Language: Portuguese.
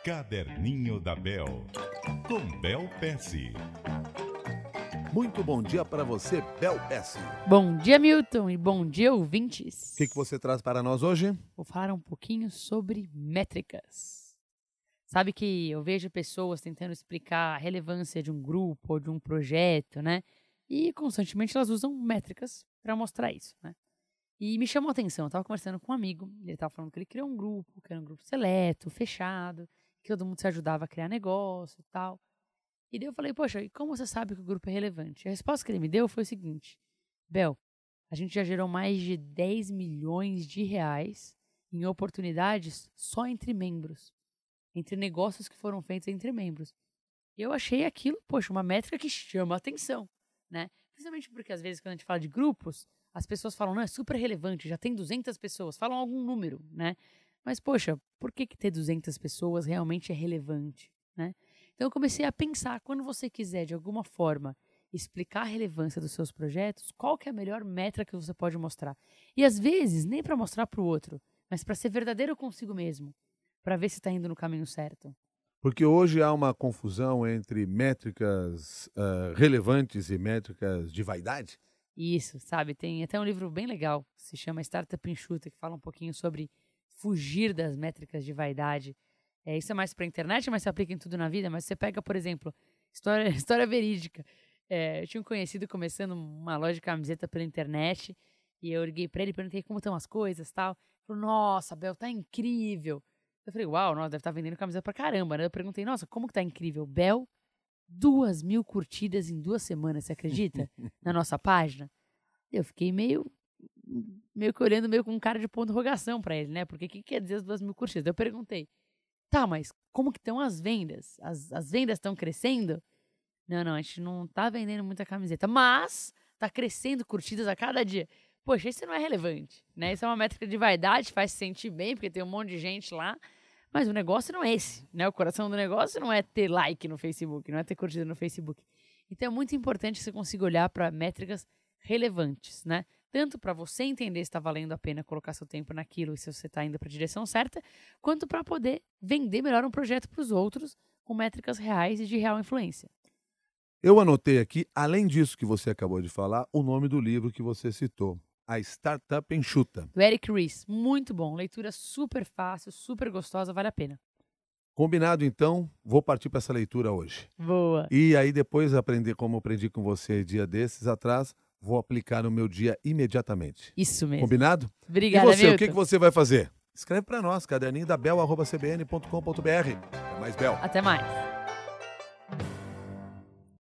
Caderninho da Bel, com Bel Pesce. Muito bom dia para você, Bel Pesce. Bom dia, Milton, e bom dia, ouvintes. O que você traz para nós hoje? Vou falar um pouquinho sobre métricas. Sabe que eu vejo pessoas tentando explicar a relevância de um grupo ou de um projeto, né? E constantemente elas usam métricas para mostrar isso, né? E me chamou a atenção, eu estava conversando com um amigo, ele estava falando que ele criou um grupo, que era um grupo seleto, fechado, que todo mundo se ajudava a criar negócio e tal. E daí eu falei, poxa, e como você sabe que o grupo é relevante? A resposta que ele me deu foi o seguinte: Bel, a gente já gerou mais de 10 milhões de reais em oportunidades só entre membros, entre negócios que foram feitos entre membros. E eu achei aquilo, poxa, uma métrica que chama a atenção, né? Principalmente porque às vezes quando a gente fala de grupos, as pessoas falam, não, é super relevante, já tem 200 pessoas, falam algum número, né? Mas, poxa, por que ter 200 pessoas realmente é relevante, né? Então eu comecei a pensar, quando você quiser de alguma forma explicar a relevância dos seus projetos, qual que é a melhor métrica que você pode mostrar? E às vezes, nem para mostrar para o outro, mas para ser verdadeiro consigo mesmo, para ver se está indo no caminho certo. Porque hoje há uma confusão entre métricas relevantes e métricas de vaidade. Isso, sabe? Tem até um livro bem legal, se chama Startup Enxuta, que fala um pouquinho sobre fugir das métricas de vaidade. Isso é mais para a internet, mas se aplica em tudo na vida. Mas você pega, por exemplo, história verídica. Eu tinha um conhecido começando uma loja de camiseta pela internet e eu liguei para ele e perguntei como estão as coisas e tal. Ele falou, nossa, Bel, tá incrível. Eu falei, uau, nossa, deve estar vendendo camiseta pra caramba, né? Eu perguntei, nossa, como que tá incrível? Bel, 2.000 curtidas em 2 semanas, você acredita? Na nossa página. Eu fiquei meio que olhando meio com um cara de ponto de interrogação pra ele, né? Porque o que quer dizer as 2.000 curtidas? Eu perguntei, tá, mas como que estão as vendas? As vendas estão crescendo? Não, a gente não tá vendendo muita camiseta, mas tá crescendo curtidas a cada dia. Poxa, isso não é relevante, né? Isso é uma métrica de vaidade, faz se sentir bem, porque tem um monte de gente lá, mas o negócio não é esse, né? O coração do negócio não é ter like no Facebook, não é ter curtida no Facebook. Então é muito importante que você consiga olhar para métricas relevantes, né? Tanto para você entender se está valendo a pena colocar seu tempo naquilo e se você está indo para a direção certa, quanto para poder vender melhor um projeto para os outros com métricas reais e de real influência. Eu anotei aqui, além disso que você acabou de falar, o nome do livro que você citou, A Startup Enxuta. Do Eric Ries, muito bom, leitura super fácil, super gostosa, vale a pena. Combinado, então, vou partir para essa leitura hoje. Boa! E aí depois aprender como aprendi com você dia desses atrás, vou aplicar no meu dia imediatamente. Isso mesmo. Combinado? Obrigada, E você, Milton. o que você vai fazer? Escreve para nós, caderninho da Bel, @cbn.com.br. Até mais, Bel. Até mais.